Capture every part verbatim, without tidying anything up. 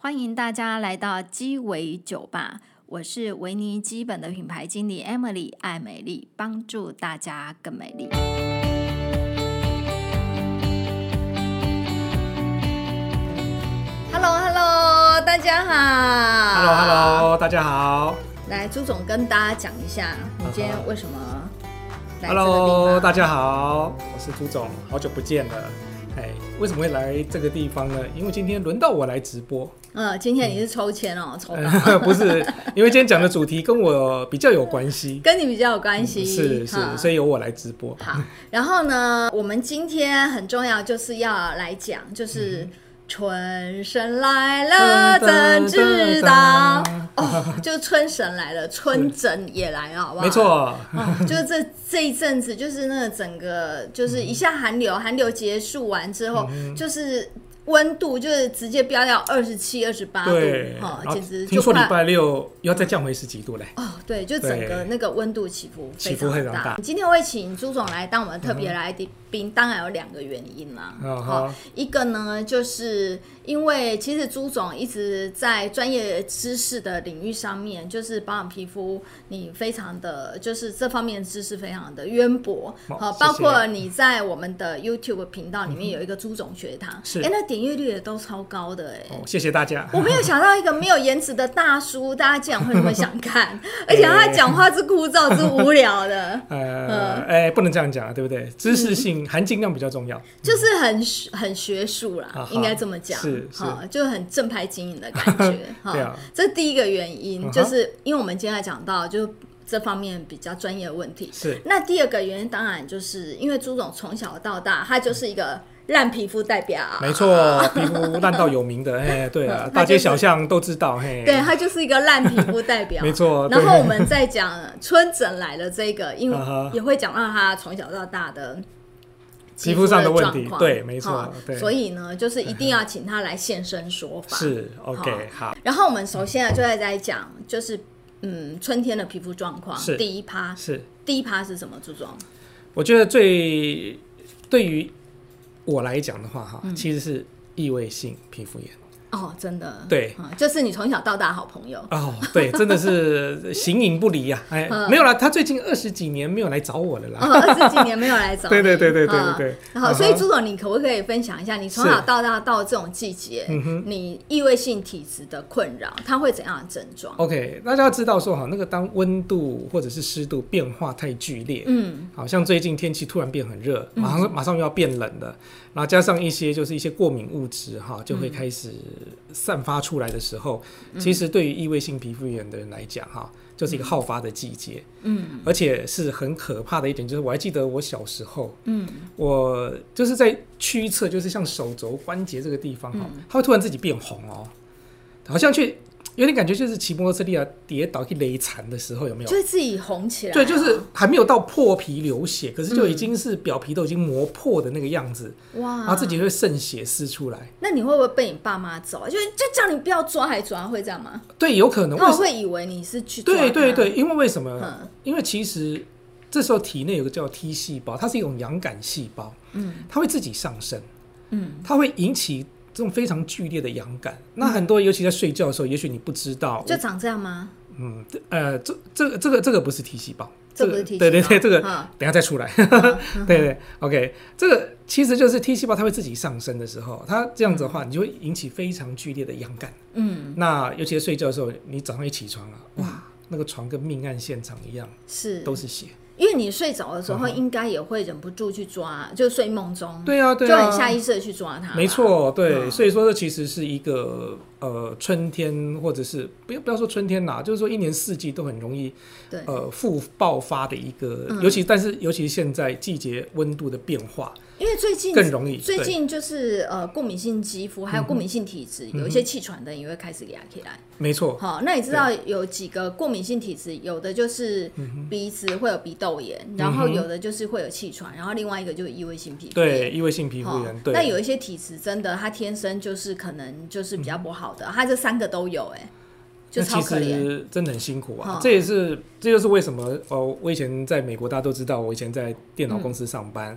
欢迎大家来到鸡尾酒吧，我是维尼基本的品牌经理 Emily 爱美丽，帮助大家更美丽。Hello Hello， 大家好。 Hello Hello， 大家好。 来，朱总跟大家讲一下，你今天为什么来这个地方？ Hello， 大家好，我是朱总，好久不见了。哎，为什么会来这个地方呢？因为今天轮到我来直播。 嗯，今天你是抽签哦，抽到、 呃、不是，因为今天讲的主题跟我比较有关系， 跟你比较有关系、嗯， 是是，所以由我来直播。 好，然后呢，我们今天很重要，就是要来讲，就是春神来了，怎知道？哦，就春神来了，春神也来了，好不好？ 没错， 哦，就是这这一阵子，就是那个整个，就是一下寒流，寒流结束完之后，嗯、就是温度就是直接飙到二十七、二十八度， 对， 哦，简直就听说礼拜六要再降回十几度嘞。 哦，对，就整个那个温度起伏非常大。 起伏非常大。 今天会请朱总来当我们特别来宾，当然有两个原因啦。 嗯哦，一个呢，就是因为其实朱总一直在专业知识的领域上面，就是保养皮肤，你非常的就是这方面的知识非常的渊博。 哦哦，包括你在我们的 YouTube 频道里面有一个朱总学堂， 是， 哎，那点阅率也都超高的哎、 哦，谢谢大家。 我没有想到一个没有颜值的大叔，大家竟然会那么想看，而且他讲话是枯燥、是无聊的。 呃，哎、嗯，不能这样讲，对不对？知识性、嗯、含金量比较重要， 就是很很学术啦， 啊、 应该这么讲， 是是， 就很正派经营的感觉。 对啊， 这是第一个原因，就是因为我们今天来讲到就这方面比较专业的问题。 是。 那第二个原因，当然就是因为朱总从小到大，他就是一个烂皮肤代表， 没错，皮肤烂到有名的，嘿，对啊，大街小巷都知道，嘿， 对，他就是一个烂皮肤代表， 没错。 然后我们再讲春疹来了这个，因为也会讲到他从小到大的皮肤上的问题，对，没错，对。 所以呢，就是一定要请他来现身说法。 是 ，OK， 好。 然后我们首先就在在讲，就是嗯，春天的皮肤状况， 是第一趴， 是第一趴是什么？朱总， 我觉得最对于我来讲的话，哈、嗯，其实是异位性皮肤炎。 哦，真的， 对、 嗯，就是你从小到大好朋友。 哦，对，真的是形影不离呀、啊！哎、嗯，没有啦，他最近二十几年没有来找我了啦。 哦，二十几年没有来找你。 对对对对对对对。 然后，所以朱总，你可不可以分享一下，你从小到大到这种季节，你异位性体质的困扰，它会怎样的症状 ？OK， 大家要知道说哈，那个当温度或者是湿度变化太剧烈， 嗯， 好像最近天气突然变很热，马上、嗯、马上又要变冷了，然后加上一些就是一些过敏物质哈，就会开始散发出来的时候，嗯、其实对于异位性皮肤炎的人来讲哈，就是一个好发的季节，嗯，而且是很可怕的一点，就是我还记得我小时候，嗯，我就是在屈侧，就是像手肘关节这个地方哈、嗯，它会突然自己变红哦，好像去。有点感觉就是骑摩托车力啊跌倒去勒残的时候，有没有？ 就会自己红起来、啊。 对，就是还没有到破皮流血，可是就已经是表皮都已经磨破的那个样子。哇！然后自己会渗血丝出来。 那你会不会被你爸妈揍？就就叫你不要抓，还抓，会这样吗？ 对，有可能。 他们会以为你是去抓。 对对对，因为为什么？嗯、因为其实这时候体内有个叫 T 细胞，它是一种痒感细胞，嗯，它会自己上升，嗯，它会引起这种非常剧烈的痒感，那很多尤其在睡觉的时候，也许你不知道， 就长这样吗？ 嗯，呃，这这个这个这个不是 T 细胞， 这不是 T 细胞， 对对对，这个、嗯、等一下再出来，对对 ，OK， 这个其实就是 T 细胞它会自己上升的时候，它这样子的话，你就会引起非常剧烈的痒感，嗯，那尤其是睡觉的时候，你早上一起床啊，哇，嗯、那个床跟命案现场一样， 是都是血。 因为你睡着的时候，应该也会忍不住去抓，嗯、就睡梦中， 对啊，对啊， 就很下意识的去抓它。 没错，对，嗯、所以说这其实是一个呃春天，或者是不要不要说春天啦，就是说一年四季都很容易呃复爆发的一个，嗯、尤其但是尤其现在季节温度的变化。 因为最近更容易， 最近就是呃过敏性肌肤还有过敏性体质，嗯、有一些气喘的人也会开始压起来。 没错。 好，那你知道有几个过敏性体质，有的就是鼻子会有鼻窦炎，嗯、然后有的就是会有气喘，然后另外一个就是异位性皮肤炎。 对，异位性皮肤炎。对。 那有一些体质真的，它天生就是可能就是比较不好的，它、嗯、这三个都有、欸，哎。就超可怜， 其实真的很辛苦啊！哦、这也是，这就是为什么哦，我以前在美国，大家都知道，我以前在电脑公司上班。嗯、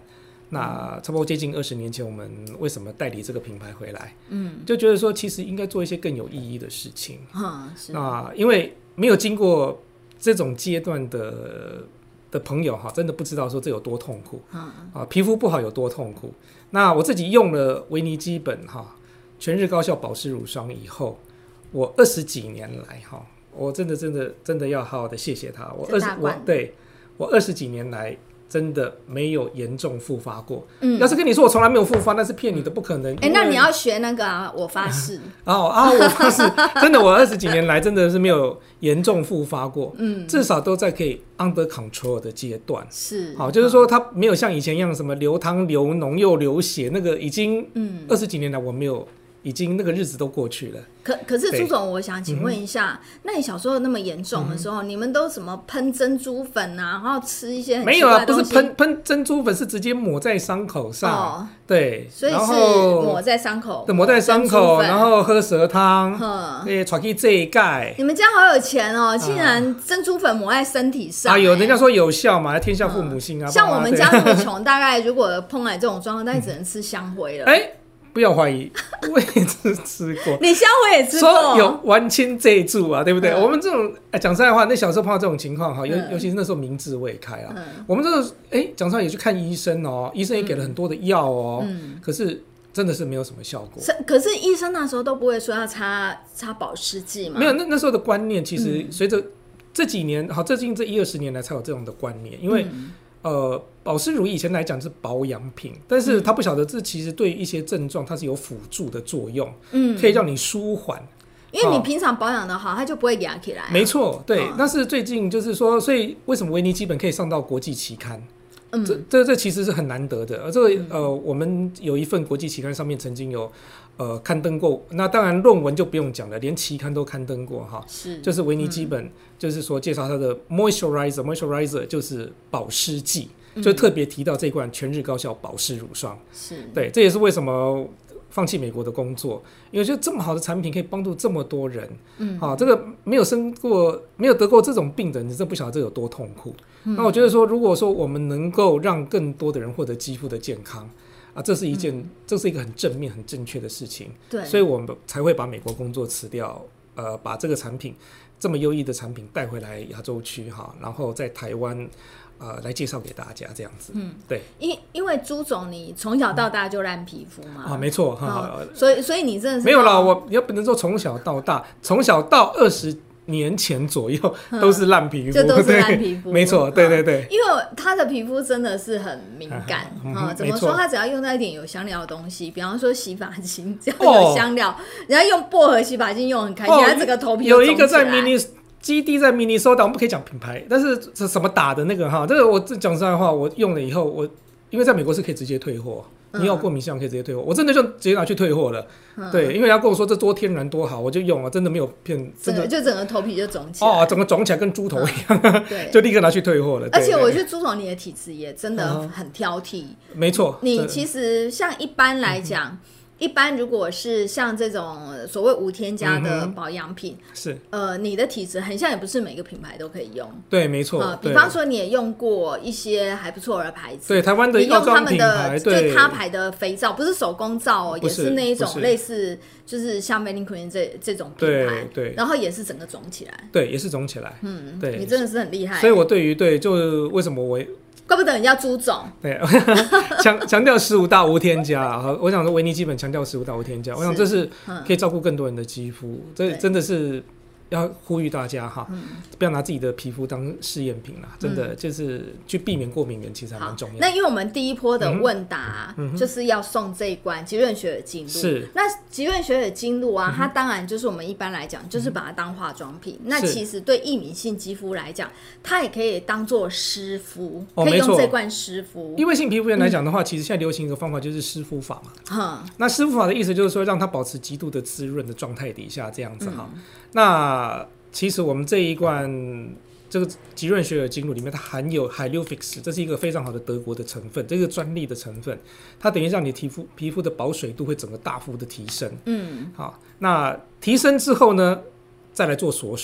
那差不多接近二十年前，我们为什么代理这个品牌回来？嗯，就觉得说其实应该做一些更有意义的事情。 嗯，是。 那因为没有经过这种阶段的的朋友哈，真的不知道说这有多痛苦。嗯啊，皮肤不好有多痛苦。那我自己用了维尼基本哈全日高效保湿乳霜以后，我二十几年来哈，我真的真的真的要好好的谢谢他。我二十我对我二十几年来。真的没有严重复发过。嗯，要是跟你说我从来没有复发，那是骗你的，不可能。 哎、欸，那你要学那个啊，我发誓。 哦啊，我发誓，真的，我二十几年来真的是没有严重复发过。嗯，至少都在可以 under control 的阶段。 是， 好，就是说它没有像以前一样什么流汤流脓又流血，那个已经，嗯，二十几年来我没有。已经那个日子都过去了。 可可是朱总，我想请问一下，嗯、那你小时候那么严重的时候，嗯、你们都什么喷珍珠粉啊，然后吃一些很没有啊？不是喷喷珍珠粉，是直接抹在伤口上。哦、对， 所以是抹在伤口， 对，抹在伤口，然后喝蛇汤，对，喘气这一盖。 你们家好有钱哦，竟然珍珠粉抹在身体上、欸。 啊，有人家说有效嘛，天下父母心啊。嗯、 像我们家那么穷，大概如果碰来这种状况，大概只能吃香灰了。 哎、欸。不要怀疑，我也是吃过。 你香灰也吃过， 说有完清这一注啊，对不对？嗯、我们这种讲实在话，那小时候碰到这种情况哈，尤、嗯、尤其是那时候明智未开啊，嗯、我们这个哎讲出来也去看医生哦，医生也给了很多的药哦，嗯、可是真的是没有什么效果。 可是医生那时候都不会说要擦擦保湿剂吗？ 没有，那那时候的观念其实随着这几年，好，最近这一二十年来才有这种的观念，因为。嗯呃，保湿乳以前来讲是保养品，但是他不晓得这其实对一些症状它是有辅助的作用，嗯，可以让你舒缓。 因为你平常保养的好，它就不会压起来、啊。 没错，对。哦、但是最近就是说，所以为什么维尼基本可以上到国际期刊？嗯，这这这其实是很难得的。而这个呃，我们有一份国际期刊上面曾经有呃刊登过，那当然论文就不用讲了，连期刊都刊登过哈。是，就是维尼基本，嗯、就是说介绍它的 moisturizer，moisturizer 就是保湿剂，嗯、就特别提到这罐全日高效保湿乳霜。是，对，这也是为什么。放弃美国的工作，因为就这么好的产品可以帮助这么多人，嗯，好、啊，这个没有生过、没有得过这种病的人，你真不晓得这有多痛苦。嗯、那我觉得说，如果说我们能够让更多的人获得肌肤的健康，啊，这是一件，嗯、这是一个很正面、很正确的事情。对，所以我们才会把美国工作辞掉，呃，把这个产品这么优异的产品带回来亚洲区哈，然后在台湾。呃，来介绍给大家这样子，嗯，对， 因因为朱总你从小到大就烂皮肤嘛， 啊，没错，哈、 哦，所以所以你真的是没有啦，我也不能说从小到大，从小到二十年前左右都是烂皮肤， 这都是烂皮肤， 没错，对对对， 因为他的皮肤真的是很敏感啊、嗯嗯，怎么说？他只要用到一点有香料的东西，比方说洗发精，只要有香料，人家、哦、用薄荷洗发精用很开心，他、哦、整个头皮有一个在 mini。基地在明尼苏达，我们不可以讲品牌，但是是什么打的那个哈，这个我讲实在话，我用了以后，我因为在美国是可以直接退货，嗯、你有过敏项可以直接退货，我真的就直接拿去退货了。嗯、对，因为他跟我说这多天然多好，我就用了，真的没有骗，真的就整个头皮就肿起来， 哦，整个肿起来跟猪头一样，嗯、对，就立刻拿去退货了。 而且我觉得朱总你的体质也真的很挑剔，嗯、 没错， 你其实像一般来讲。嗯一般如果是像这种所谓无添加的保养品，嗯、是呃，你的体质很像，也不是每个品牌都可以用。 对，没错。 呃，比方说你也用过一些还不错的牌子， 对，台湾的药妆品牌， 就他牌的肥皂，不是手工皂哦，也是那一种类似，就是像 Vaseline 这这种品牌，对，对，然后也是整个肿起来， 对，也是肿起来，嗯，对， 你真的是很厉害。 所以我对于对，就为什么我。 怪不得人家朱总， 对，强强调十五大无添加。我想说维尼基本强调十五大无添加，我想这是可以照顾更多人的肌肤，这真的是要呼吁大家哈，嗯、不要拿自己的皮肤当试验品啦，真的就是去避免过敏源，其实还蛮重要的。 那因为我们第一波的问答、嗯、就是要送这一罐吉润雪尔精露，是那吉润雪尔精露啊、嗯，它当然就是我们一般来讲就是把它当化妆品，嗯、那其实对易敏性肌肤来讲，它也可以当做湿敷，哦、可以用这罐湿敷。 异位性皮肤炎来讲的话、嗯，其实现在流行一个方法就是湿敷法嘛。嗯、那湿敷法的意思就是说让它保持极度的滋润的状态底下，这样子哈。嗯、那其实我们这一罐这个吉润雪尔精露里面，它含有 Hyalufix， 这是一个非常好的德国的成分，这个专利的成分，它等于让你皮肤皮肤的保水度会整个大幅的提升。嗯，好，那提升之后呢，再来做锁水。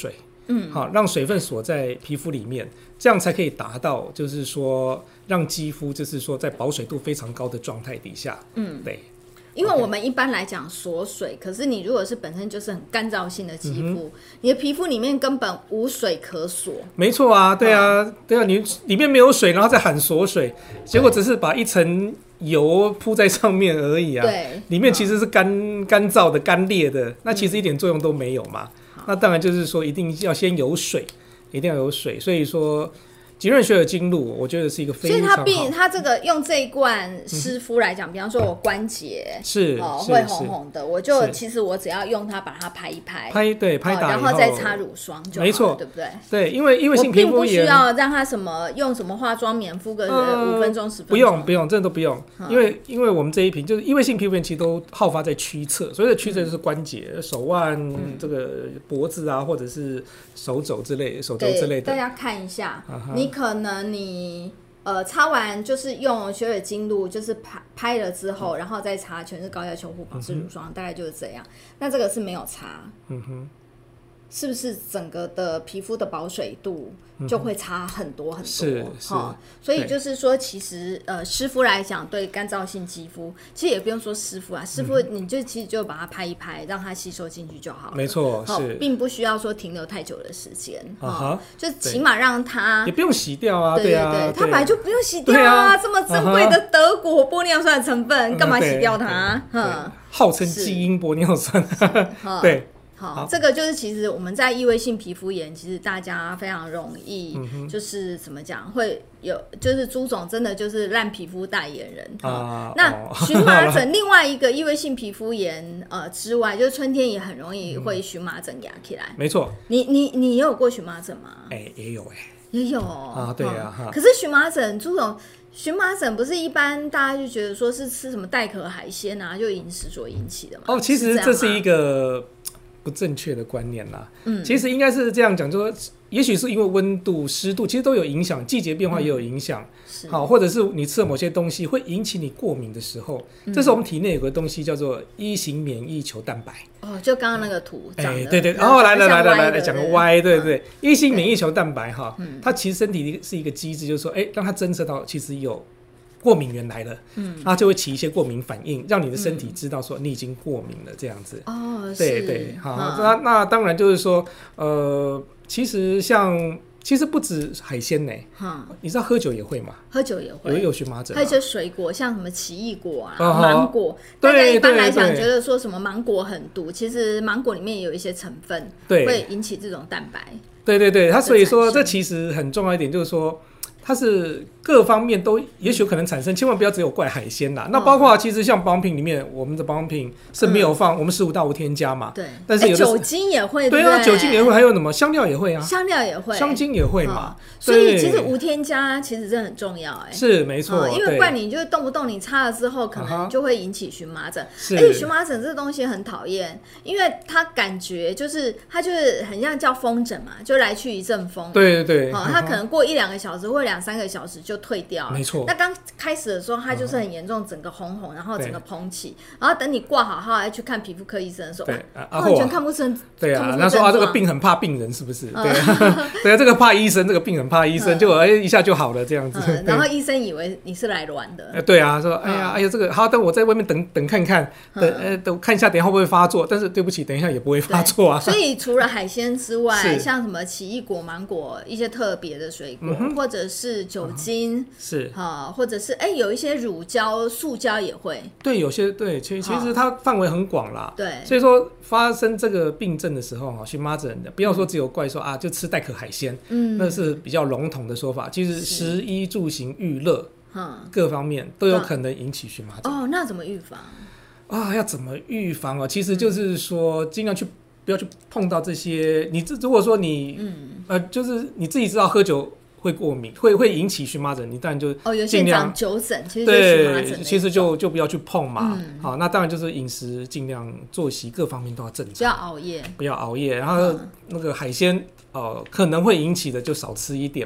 嗯，好，让水分锁在皮肤里面，这样才可以达到，就是说让肌肤就是说在保水度非常高的状态底下，嗯，对。 因为我们一般来讲锁水，可是你如果是本身就是很干燥性的肌肤，嗯、你的皮肤里面根本无水可锁。 没错啊，对啊，嗯、对啊，你里面没有水，然后再喊锁水，结果只是把一层油铺在上面而已啊。对，里面其实是干干燥的、干裂的，那其实一点作用都没有嘛。嗯、那当然就是说一定要先有水，一定要有水，所以说。吉润雪尔精露，我觉得是一个非常好。 所以它它这个用这一罐湿敷来讲，嗯、比方说我关节是、 哦、会红红的，我就其实我只要用它把它拍一拍， 拍对拍打、哦， 然后再擦乳霜就好了，没错，对不对？ 对，因为异位性皮肤炎， 我并不需要让它什么用什么化妆棉敷个五分钟十分钟， 不用不用，真的都不用，嗯、因为因为我们这一瓶就是异位性皮肤炎，其实都好发在屈侧，所谓的屈侧就是关节、嗯、手腕、嗯、这个脖子啊，或者是手肘之类、手肘之类的。 大家看一下，啊、你可能你。你呃擦完就是用雪尔精露，就是拍拍了之后，嗯、然后再擦全是高效修护保湿乳霜，嗯、大概就是这样。那这个是没有擦，嗯哼，是不是整个的皮肤的保水度就会差很多很多？ 是是、哦， 所以就是说，其实呃湿敷来讲，对干燥性肌肤，其实也不用说湿敷啊，湿敷你就其实就把它拍一拍，让它吸收进去就好了。 没错，是， 并不需要说停留太久的时间，啊、就起码让它也不用洗掉啊， 对对对，它本来就不用洗掉啊，这么珍贵的德国玻尿酸的成分，干嘛洗掉它？嗯， 号称基因玻尿酸，对。 好，好，这个就是其实我们在异位性皮肤炎，其实大家非常容易，嗯、就是怎么讲，会有就是朱总真的就是烂皮肤代言人。啊、那荨麻疹另外一个异位性皮肤炎呃之外，就是春天也很容易会荨麻疹压起来。 没错， 你你你有过荨麻疹吗？ 哎、欸，也有哎、欸， 也有啊，对啊。 嗯、可是荨麻疹，朱总。荨麻疹不是一般大家就觉得说是吃什么带壳海鲜啊，就饮食所引起的吗？ 哦，其实这是一个不正确的观念啦。嗯，其实应该是这样讲，就是说，也许是因为温度、湿度，其实都有影响，季节变化也有影响。嗯、好，或者是你吃了某些东西会引起你过敏的时候，嗯、这是我们体内有个东西叫做一型免疫球蛋白。 哦，就刚刚那个图长的， 哎，对对，然后、哦、来了来了来了，讲个歪，对对对，一型免疫球蛋白哈，嗯、它其实身体是一个机制，就是说，哎，让它侦测到其实有过敏源来了，嗯，它就会起一些过敏反应，让你的身体知道说你已经过敏了这样子。 哦， 对对，好，嗯、那那当然就是说，呃，其实像。其实不止海鲜呢、嗯，你知道喝酒也会吗？ 喝酒也会， 也有荨麻疹、啊。 还有一些水果，像什么奇异果啊、哦、芒果，大家一般来讲觉得说什么芒果很毒，其实芒果里面也有一些成分会引起这种蛋白。 对对对，它所以说这其实很重要一点，就是说它是各方面都也许有可能产生，千万不要只有怪海鲜啦。那包括其实像保养品里面，我们的保养品是没有放，嗯、我们十五到无添加嘛。 对， 但是有的、 欸、酒精也会， 对啊，酒精也会，还有什么香料也会啊， 香料也会， 香精也会嘛。 嗯、所以其实无添加其实真的很重要、欸，哎， 是没错、 嗯，因为不然你就动不动你擦了之后，可能就会引起荨麻疹。而且荨麻疹这个东西很讨厌，因为它感觉就是它就是很像叫风疹嘛，就来去一阵风。 对对对， 嗯、它可能过一两个小时或两三个小时就退掉了。 没错。 那刚开始的时候，它就是很严重，整个红红，然后整个膨起，然后等你挂好号要去看皮肤科医生的时候， 对， 啊、完全看不出。 对啊，他说啊，这个病很怕病人，是不是？对啊，对啊，这个怕医生，这个病很怕医生，就哎一下就好了这样子。 嗯、然后医生以为你是来软的。 对啊，说哎呀，哎呀，这个好，等我在外面等等看看，等呃等看一下，等一下会不会发作？但是对不起，等一下也不会发作啊。 所以除了海鲜之外，像什么奇异果、芒果一些特别的水果，嗯、或者是酒精，是啊，或者是哎有一些乳胶、塑胶也会。对， 有些对，其其实它范围很广啦。 对， 所以说发生这个病症的时候，哈，荨麻疹不要说只有怪说啊，就吃带壳海鲜，嗯，那是比较笼统的说法。其实食衣住行娱乐，嗯，各方面都有可能引起荨麻疹。 哦，那怎么预防啊？要怎么预防啊？其实就是说尽量去不要去碰到这些。你如果说你，嗯，呃，就是你自己知道喝酒会过敏，会会引起荨麻疹，你当然就哦，有些长酒疹，其实就是荨麻疹， 其实就就不要去碰嘛。嗯、好，那当然就是饮食尽量作息各方面都要正常， 不要熬夜， 不要熬夜。然后那个海鲜，呃，可能会引起的就少吃一点嘛。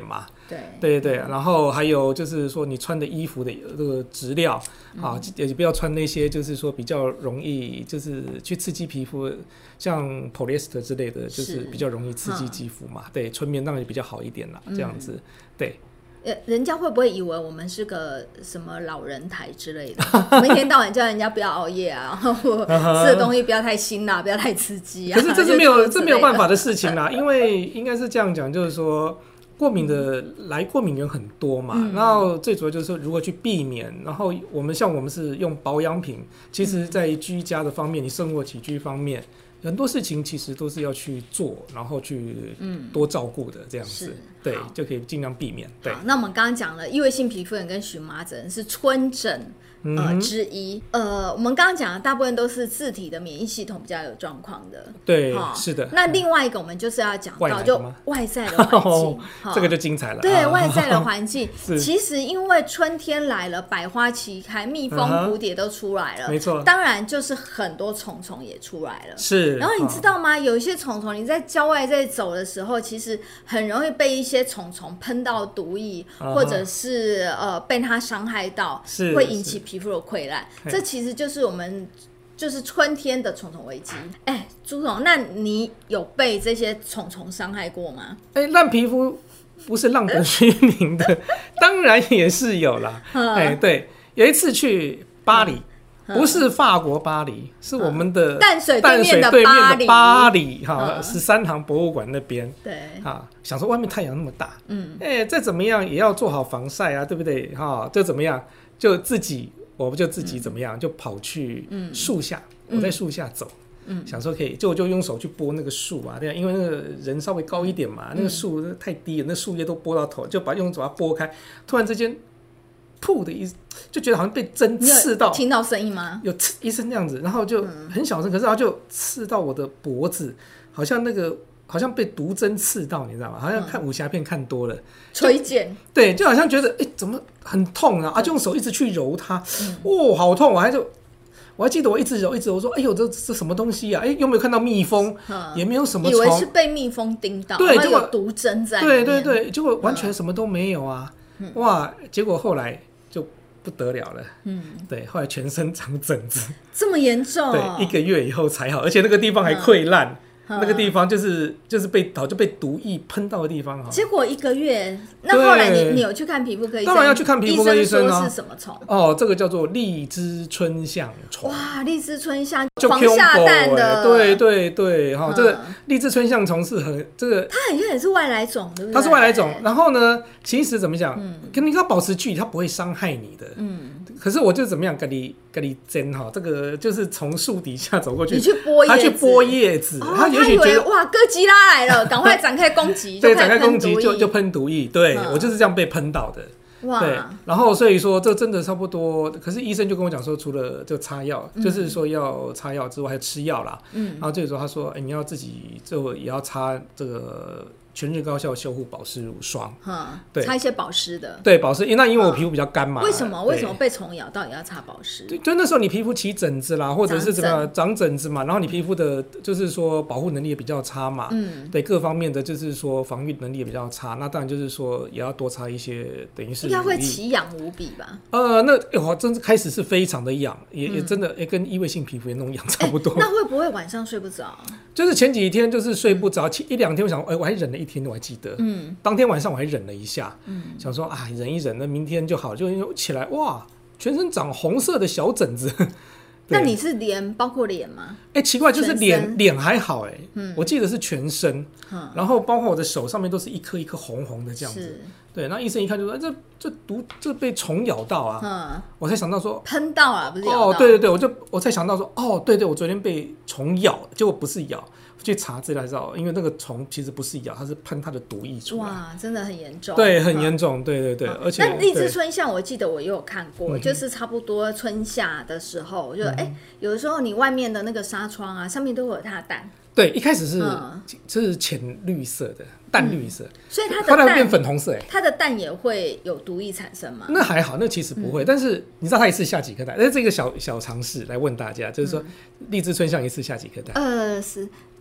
对对对，然后还有就是说你穿的衣服的这个质料、嗯、啊，也不要穿那些就是说比较容易就是去刺激皮肤，像 polyester 之类的，就是比较容易刺激肌肤嘛。对，纯棉当然比较好一点啦，这样子、嗯、对。 人家会不会以为我们是个什么老人台之类的？我们一天到晚叫人家不要熬夜啊，吃的东西不要太辛辣，不要太刺激啊。 可是这是没有这没有办法的事情啦，因为应该是这样讲，就是说过敏的、嗯、来过敏源很多嘛、嗯，然后最主要就是说如何去避免。然后我们像我们是用保养品，其实在居家的方面，你生活起居方面。很多事情其实都是要去做，然后去多照顾的，这样子、嗯，对，就可以尽量避免。对， 好，那我们刚刚讲了，异位性皮肤炎跟荨麻疹是春疹。呃，之一，呃，我们刚刚讲的大部分都是自体的免疫系统比较有状况的， 对，是的。 那另外一个，我们就是要讲到就外在的环境， 哦、这个就精彩了。 对，啊、外在的环境，其实因为春天来了，百花齐开，蜜蜂、蝴蝶都出来了， 没错。 当然就是很多虫虫也出来了， 是。 然后你知道吗？有一些虫虫，你在郊外在走的时候，其实很容易被一些虫虫喷到毒液，啊、或者是呃被它伤害到，会引起皮肤的溃烂。这其实就是我们就是春天的虫虫危机。哎，朱总，那你有被这些虫虫伤害过吗？ 哎，烂皮肤不是浪得虚名的，当然也是有啦。哎，对，有一次去巴黎。不是法国巴黎，是我们的淡水对面的巴黎哈，十三行博物馆那边。 对， 哈，想说外面太阳那么大，嗯，哎、欸，再怎么样也要做好防晒啊，对不对？哈，就怎么样，就自己，我们就自己怎么样，嗯、就跑去树下，嗯、我在树下走。嗯，想说可以，就就用手去拨那个树啊，对，因为那个人稍微高一点嘛，嗯、那个树太低了，那树叶都拨到头，就把用手把它拨开，突然之间。噗的一就觉得好像被针刺到， 听到声音吗？ 有刺一声那样子，然后就很小声，可是它就刺到我的脖子，好像那个好像被毒针刺到，你知道吗？好像看武侠片看多了， 垂涎， 对，就好像觉得哎、欸、怎么很痛啊，啊就用手一直去揉它，嗯、哦好痛，我还就我还记得我一直揉一直揉，我说哎呦这这什么东西啊？哎、欸、有没有看到蜜蜂？嗯、也没有什么虫， 以为是被蜜蜂叮到， 对， 就有毒针在里面，对对对，结果完全什么都没有啊，嗯、哇，结果后来。不得了了，嗯，对，后来全身长疹子， 这么严重？ 对，一个月以后才好，而且那个地方还溃烂。嗯那个地方就是就是被早就被毒液喷到的地方哈。 结果一个月，那后来你你有去看皮肤科医生？ 当然要去看皮肤科医生啊。 医生说是什么虫？ 哦，这个叫做荔枝春象虫。 哇，荔枝春象，黄下蛋的。 对对对，哈、嗯，这个荔枝春象虫是很这个， 它很像也是外来种，对不对？ 它是外来种。然后呢，其实怎么讲？嗯，跟你要保持距离，它不会伤害你的。嗯。可是我就怎么样，跟你跟你针哈，这个就是从树底下走过去， 你去剥叶子， 他去剥叶子， 哦、他以为哇哥吉拉来了，赶快展开攻击， 对，展开攻击就就喷毒液，对、嗯、我就是这样被喷到的。哇，对，然后所以说这真的差不多，可是医生就跟我讲说，除了就擦药、嗯，就是说要擦药之外，还有吃药啦。嗯，然后这个时候他说，哎、欸，你要自己就也要擦这个。全日高效修护保湿乳霜， 嗯，对，擦一些保湿的， 对，保湿，那因为我皮肤比较干嘛、嗯， 为什么？为什么被虫咬到也要擦保湿？ 对，就那时候你皮肤起疹子啦，或者是怎么样长疹子嘛，然后你皮肤的，就是说保护能力也比较差嘛，嗯，对，各方面的就是说防御能力也比较差，那当然就是说也要多擦一些，等于是应该会奇痒无比吧？ 呃，那我、欸、真是开始是非常的痒，也、嗯、也真的也、欸、跟异位性皮肤炎那种痒差不多、欸。 那会不会晚上睡不着？ 就是前几天就是睡不着，一两天我想，哎、欸，我还忍了一天，我还记得。嗯，当天晚上我还忍了一下，嗯，想说啊，忍一忍，那明天就好，就起来哇，全身长红色的小疹子。 那你是脸包括脸吗？ 哎、欸，奇怪，就是脸脸还好哎、欸，嗯，我记得是全身，嗯，然后包括我的手上面都是一颗一颗红红的这样子。对，那医生一看就说，这这毒这被虫咬到啊，嗯，我才想到说喷到啊，不是咬到。 哦，对对对，我就我才想到说，哦，对对，我昨天被虫咬，结果不是咬。去查资料才知道，因为那个虫其实不是咬，它是喷它的毒液出来。 哇，真的很严重。 对，很严重，对对对，而且。 那荔枝春象，我记得我也有看过，就是差不多春夏的时候，就哎、嗯欸，有的时候你外面的那个纱窗啊，上面都会有它的蛋。 对，一开始是、嗯、是浅绿色的，淡绿色，嗯、 所以它的蛋后来变粉红色、欸。 它的蛋也会有毒液产生吗？ 那还好，那其实不会。嗯、但是你知道它一次下几颗蛋？但是这个小小常识来问大家，就是说荔枝春象一次下几颗蛋？ 二十。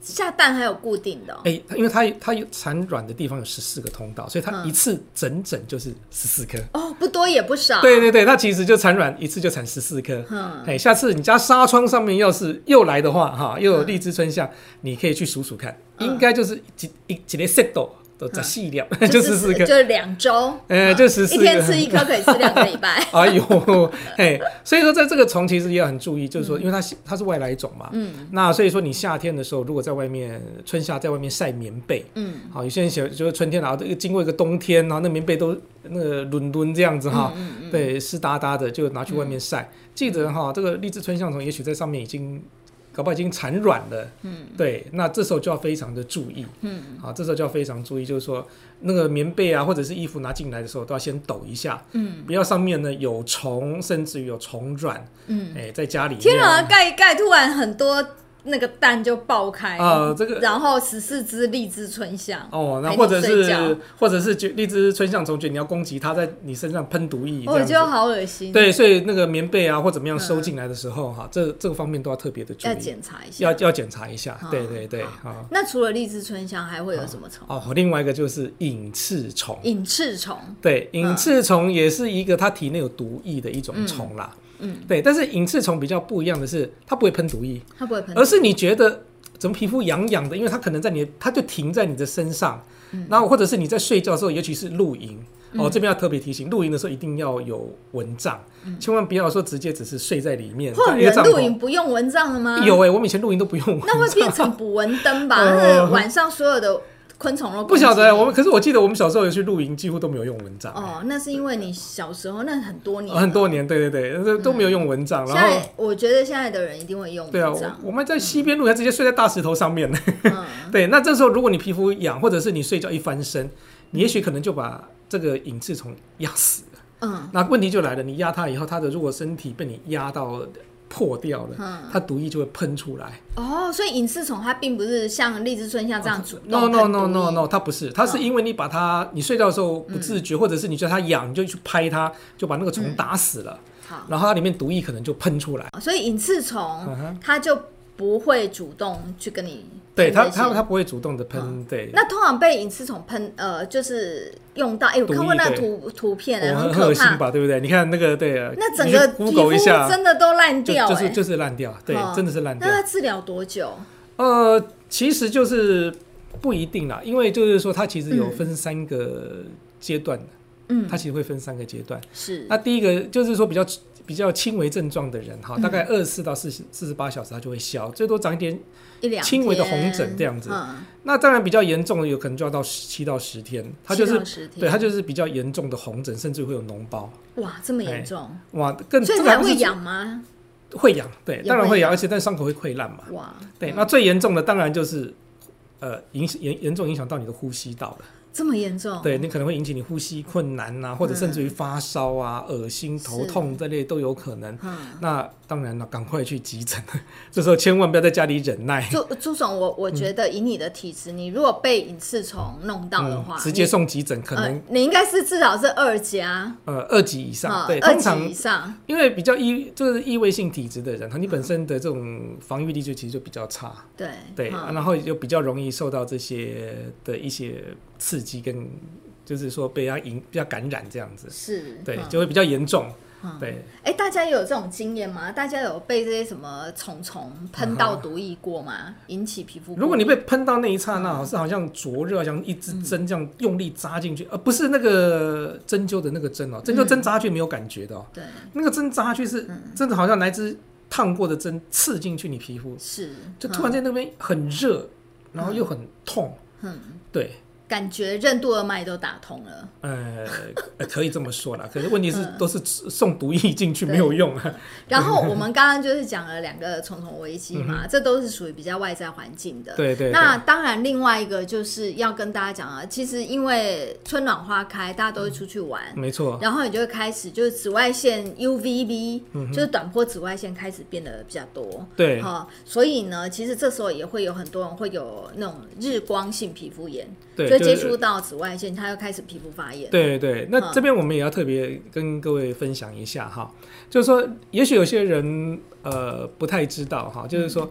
下蛋还有固定的、哦， 哎、欸，因为它它有产卵的地方有十四个通道，所以它一次整整就是十四颗。 哦，不多也不少。 对对对，它其实就产卵一次就产十四颗。嗯，哎，下次你家纱窗上面要是又来的话，哈，又有荔枝春象，嗯、你可以去数数看，嗯、应该就是一一一个 set 都在细料， 嗯、 就十四颗， 就是两周， 呃，就十四， 一天吃一颗可以吃两个礼拜。 哎呦，嘿，所以说在这个虫其实也要很注意，就是说，因为它它是外来种嘛，嗯，那所以说你夏天的时候，如果在外面春夏在外面晒棉被，嗯，好，有些人写就是春天然后经过一个冬天，然后那棉被都那个轮轮这样子哈，嗯嗯嗯对，湿哒哒的，就拿去外面晒，嗯、记得哈，这个荔枝春象虫也许在上面已经。搞不好已经产卵了，嗯，对，那这时候就要非常的注意，嗯，好，这时候就要非常注意，就是说那个棉被啊，或者是衣服拿进来的时候，都要先抖一下，嗯，不要上面呢有虫，甚至于有虫卵，嗯，哎、欸，在家里面， 天啊，盖一盖，突然很多。那个蛋就爆开啊、呃，这个， 然后十四只荔枝春象哦，那或者是或者是荔枝春象虫觉得你要攻击它，在你身上喷毒液， 我觉得好恶心。 对，所以那个棉被啊或怎么样收进来的时候，哈、嗯，这这个方面都要特别的注意， 要检查一下， 要要检查一下。嗯、对对对，啊。 那除了荔枝春象，还会有什么虫？ 哦，另外一个就是隐翅虫。 隐翅虫， 对，隐翅虫也是一个它体内有毒液的一种虫啦。嗯，对，但是隐翅虫比较不一样的是，它不会喷毒液， 它不会喷， 而是你觉得。怎么皮肤痒痒的？因为它可能在你，它就停在你的身上，嗯、然后或者是你在睡觉的时候，尤其是露营、嗯、哦，这边要特别提醒，露营的时候一定要有蚊帐，嗯、千万不要说直接只是睡在里面。 或者露营不用蚊帐了吗？ 有哎、欸，我们以前露营都不用蚊帐， 那会变成捕蚊灯吧？呃、晚上所有的。昆虫肉不晓得，我们可是我记得我们小时候有去露营，几乎都没有用蚊帐。 哦，那是因为你小时候那很多年、 哦，很多年，对对对，都没有用蚊帐。嗯、然后现在我觉得现在的人一定会用蚊帐。 对啊，我们在溪边露营，直接睡在大石头上面。嗯、对，那这时候如果你皮肤痒，或者是你睡觉一翻身，你也许可能就把这个隐翅虫压死了。嗯，那问题就来了，你压它以后，它的如果身体被你压到。破掉了，嗯、它毒液就会喷出来。 哦，所以隐翅虫它并不是像荔枝春象这样主动喷毒液。 No no no no no， 它不是，它是因为你把它，嗯、你睡觉的时候不自觉，嗯、或者是你觉得它痒，你就去拍它，就把那个虫打死了。嗯、然后它里面毒液可能就喷出来。 所以隐翅虫、嗯、它就不会主动去跟你。 对它，它它不会主动的喷、嗯。对。 那通常被隐翅虫喷，呃，就是用到，哎、欸，我看过那图图片、欸，很可怕， 很恶心吧？对不对？你看那个，对啊， 那整个皮肤真的都烂掉、欸， 就是就是烂掉，对，哦、真的是烂掉。 那它治疗多久？ 呃，其实就是不一定啦，因为就是说它其实有分三个阶段的，嗯，它其实会分三个阶段。是。那第一个就是说比较。比较轻微症状的人哈，大概二十四到四十八小时它就会消，最多长一点轻微的红疹这样子。嗯、那当然比较严重的有可能就要到七到十天，它就是对它就是比较严重的红疹，甚至会有脓包。 哇，这么严重！ 哇，更所以才会痒吗？ 会痒，对，当然会痒，而且但伤口会溃烂嘛。哇，对，嗯、那最严重的当然就是呃影严严重影响到你的呼吸道了。 这么严重？ 对，你可能会引起你呼吸困难啊，或者甚至于发烧啊、恶、嗯、心、头痛这类都有可能。嗯、那当然了，赶快去急诊。这时候千万不要在家里忍耐。 朱朱总，我我觉得以你的体质，嗯、你如果被隐翅虫弄到的话， 嗯，直接送急诊可能、 呃。你应该是至少是二加， 呃，二级以上。 嗯、 对， 通常二级以上， 因为比较异就是异位性体质的人，你本身的这种防御力就其实就比较差。对对，嗯啊，然后就比较容易受到这些的一些刺激跟。就是说被它引比较感染这样子，是对，嗯、就会比较严重。嗯、对， 哎、欸，大家有这种经验吗？大家有被这些什么虫虫喷到毒液过吗？嗯、引起皮肤过敏？ 如果你被喷到那一刹那，是好像灼热，像一支针这样用力扎进去，而、嗯呃、不是那个针灸的那个针哦，针灸针扎下去没有感觉的哦。对、嗯，那个针扎下去是真的好像来支烫过的针刺进去你皮肤，是，就突然间那边很热，然后又很痛。嗯，对。 感觉任督二脉都打通了， 呃，可以这么说啦。可是问题是，都是送毒液进去没有用啊。 然后我们刚刚就是讲了两个虫虫危机嘛，嗯、这都是属于比较外在环境的。对 对, 对。那当然，另外一个就是要跟大家讲啊，其实因为春暖花开，大家都会出去玩，嗯、没错。然后你就会开始就是紫外线 U V B，嗯、就是短波紫外线开始变得比较多。对。哈，所以呢，其实这时候也会有很多人会有那种日光性皮肤炎。对。就接触到紫外线，它又开始皮肤发炎。对对， 那这边我们也要特别跟各位分享一下哈，就是说，也许有些人呃不太知道哈，就是说，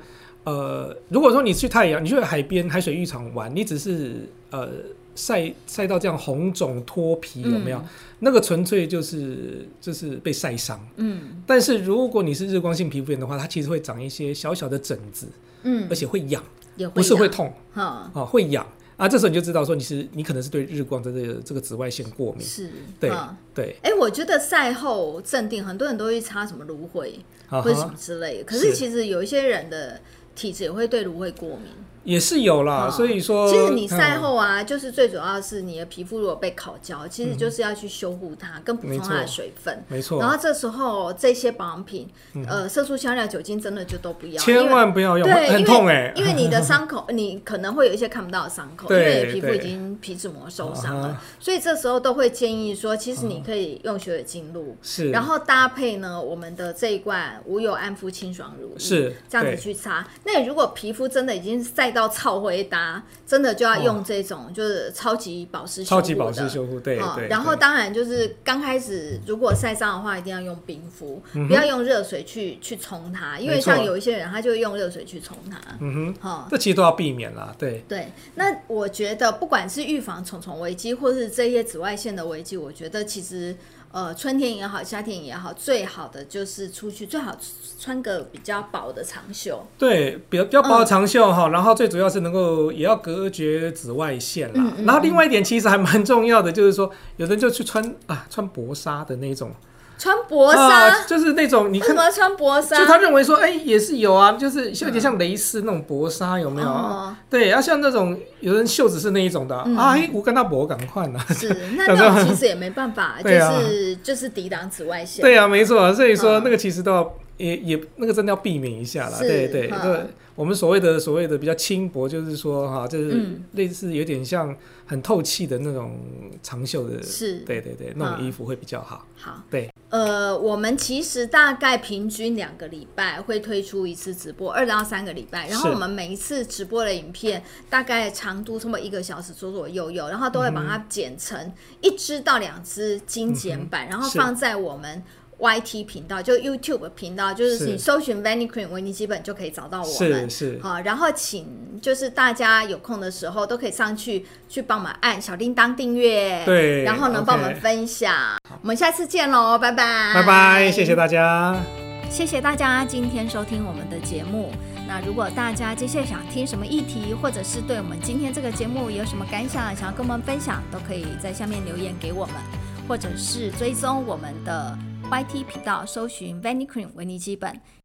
呃，如果说你去太阳，你去海边海水浴场玩，你只是呃晒晒到这样红肿脱皮，有没有？嗯、那个纯粹就是就是被晒伤。嗯。但是如果你是日光性皮肤炎的话，它其实会长一些小小的疹子，嗯，而且会痒， 也会不是会痛， 啊、 哦，会痒。啊，这时候你就知道说你是你可能是对日光的这个这个紫外线过敏， 是， 对、 嗯、 对。 哎、欸，我觉得晒后镇定，很多人都会擦什么芦荟、uh-huh, 或者什么之类的，可是其实有一些人的体质也会对芦荟过敏。 也是有啦、嗯，所以说， 其实你晒后啊、嗯，就是最主要的是你的皮肤如果被烤焦，其实就是要去修护它，跟补充它的水分， 没错。 然后这时候这些保养品，嗯、呃，色素、香料、酒精真的就都不要， 千万不要用， 对， 很痛哎、欸， 因为你的伤口，你可能会有一些看不到的伤口，因为你皮肤已经皮脂膜受伤了，所以这时候都会建议说，其实你可以用雪耳精露，是，然后搭配呢我们的这一罐无油安肤清爽乳液，是这样子去擦。那你如果皮肤真的已经晒到臭灰，真的就要用这种就是超级保湿修护的，超级保湿修护，对、嗯、对。然后当然就是刚开始如果晒伤的话，一定要用冰敷、嗯，不要用热水去去冲它，因为像有一些人他就会用热水去冲它，嗯哼，嗯， 这其实都要避免啦，对对。那我觉得不管是预防虫虫危机，或是这些紫外线的危机，我觉得其实。呃，春天也好，夏天也好，最好的就是出去，最好穿个比较薄的长袖。 对，比较比较薄的长袖哈、嗯，然后最主要是能够也要隔绝紫外线啦、嗯嗯。然后另外一点其实还蛮重要的，就是说有人就去穿啊穿薄纱的那种。 穿薄纱、 啊，就是那种你看什么穿薄纱？ 就他认为说，哎、欸，也是有啊，就是有点像蕾丝那种薄纱，有没有？哦、对，要、啊、像那种有人袖子是那一种的、嗯、啊，哎，我跟他薄赶快呢。 是，那那种其实也没办法，就是、啊、就是抵挡紫外线。 对啊，没错，所以说那个其实都要。也也那个真的要避免一下啦，对对对，我们所谓的所谓的比较轻薄，就是说哈，就是类似有点像很透气的那种长袖的，是，对对对，那种衣服会比较好。 好， 对， 呃，我们其实大概平均两个礼拜会推出一次直播，二到三个礼拜，然后我们每一次直播的影片大概长度差不多一个小时左左右右，然后都会把它剪成一支到两支精简版，嗯、然后放在我们。Y T 频道就 YouTube 频道，就是你搜寻 Vanicream 维尼基本就可以找到我们。是是。好，然后请就是大家有空的时候都可以上去去帮我们按小铃铛订阅，对，然后呢帮、okay. 我们分享。我们下次见喽，拜拜， 拜拜，谢谢大家， 谢谢大家今天收听我们的节目。那如果大家接下来想听什么议题，或者是对我们今天这个节目有什么感想，想要跟我们分享，都可以在下面留言给我们，或者是追踪我们的Y T 频道，搜寻 Vanicream 维尼基本，